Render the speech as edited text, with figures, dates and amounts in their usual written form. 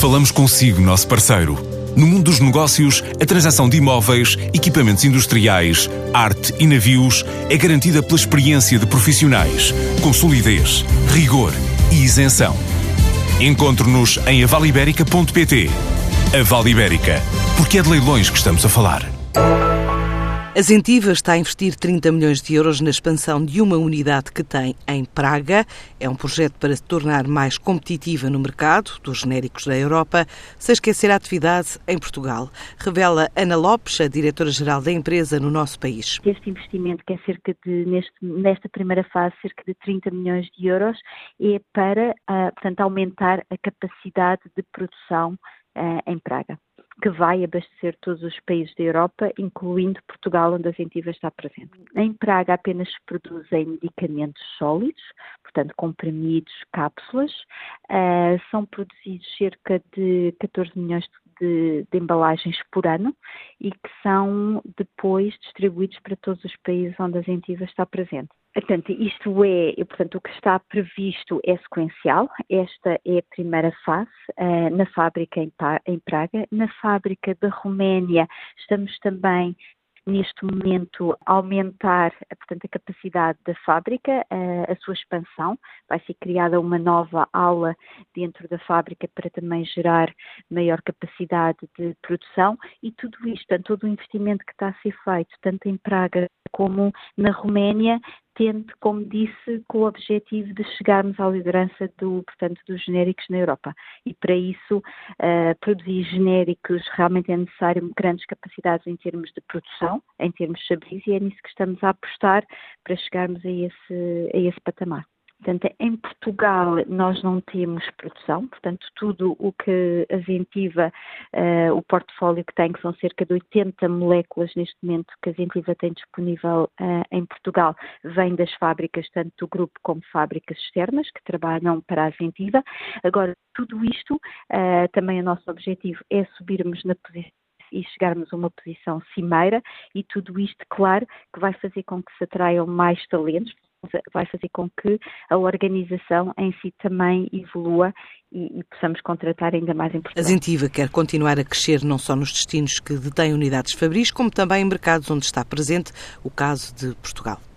Falamos consigo, nosso parceiro. No mundo dos negócios, a transação de imóveis, equipamentos industriais, arte e navios é garantida pela experiência de profissionais, com solidez, rigor e isenção. Encontre-nos em avaliberica.pt. A Vale Ibérica, porque é de leilões que estamos a falar. A Zentiva está a investir 30 milhões de euros na expansão de uma unidade que tem em Praga. É um projeto para se tornar mais competitiva no mercado dos genéricos da Europa, sem esquecer a atividade em Portugal. Revela Ana Lopes, a diretora-geral da empresa no nosso país. Este investimento, que é cerca de, nesta primeira fase, cerca de 30 milhões de euros, é para, portanto, aumentar a capacidade de produção em Praga, que vai abastecer todos os países da Europa, incluindo Portugal, onde a Zentiva está presente. Em Praga apenas se produzem medicamentos sólidos, portanto comprimidos, cápsulas. São produzidos cerca de 14 milhões de embalagens por ano e que são depois distribuídos para todos os países onde a Zentiva está presente. Portanto, o que está previsto é sequencial. Esta é a primeira fase na fábrica em Praga. Na fábrica da Roménia estamos também, neste momento, a aumentar, portanto, a capacidade da fábrica, a sua expansão. Vai ser criada uma nova aula dentro da fábrica para também gerar maior capacidade de produção e tudo isto, portanto, todo o investimento que está a ser feito, tanto em Praga como na Roménia, tendo, como disse, com o objetivo de chegarmos à liderança dos genéricos na Europa. E para isso, produzir genéricos realmente é necessário grandes capacidades em termos de produção, em termos de sabores, e é nisso que estamos a apostar para chegarmos a esse patamar. Portanto, em Portugal nós não temos produção, portanto tudo o que a Zentiva, o portfólio que tem, que são cerca de 80 moléculas neste momento que a Zentiva tem disponível em Portugal, vem das fábricas, tanto do grupo como fábricas externas que trabalham para a Zentiva. Agora, tudo isto, também o nosso objetivo é subirmos na posição e chegarmos a uma posição cimeira, e tudo isto, claro, que vai fazer com que se atraiam mais talentos, vai fazer com que a organização em si também evolua e possamos contratar ainda mais em Portugal. A Zentiva quer continuar a crescer não só nos destinos que detêm unidades fabris, como também em mercados onde está presente, o caso de Portugal.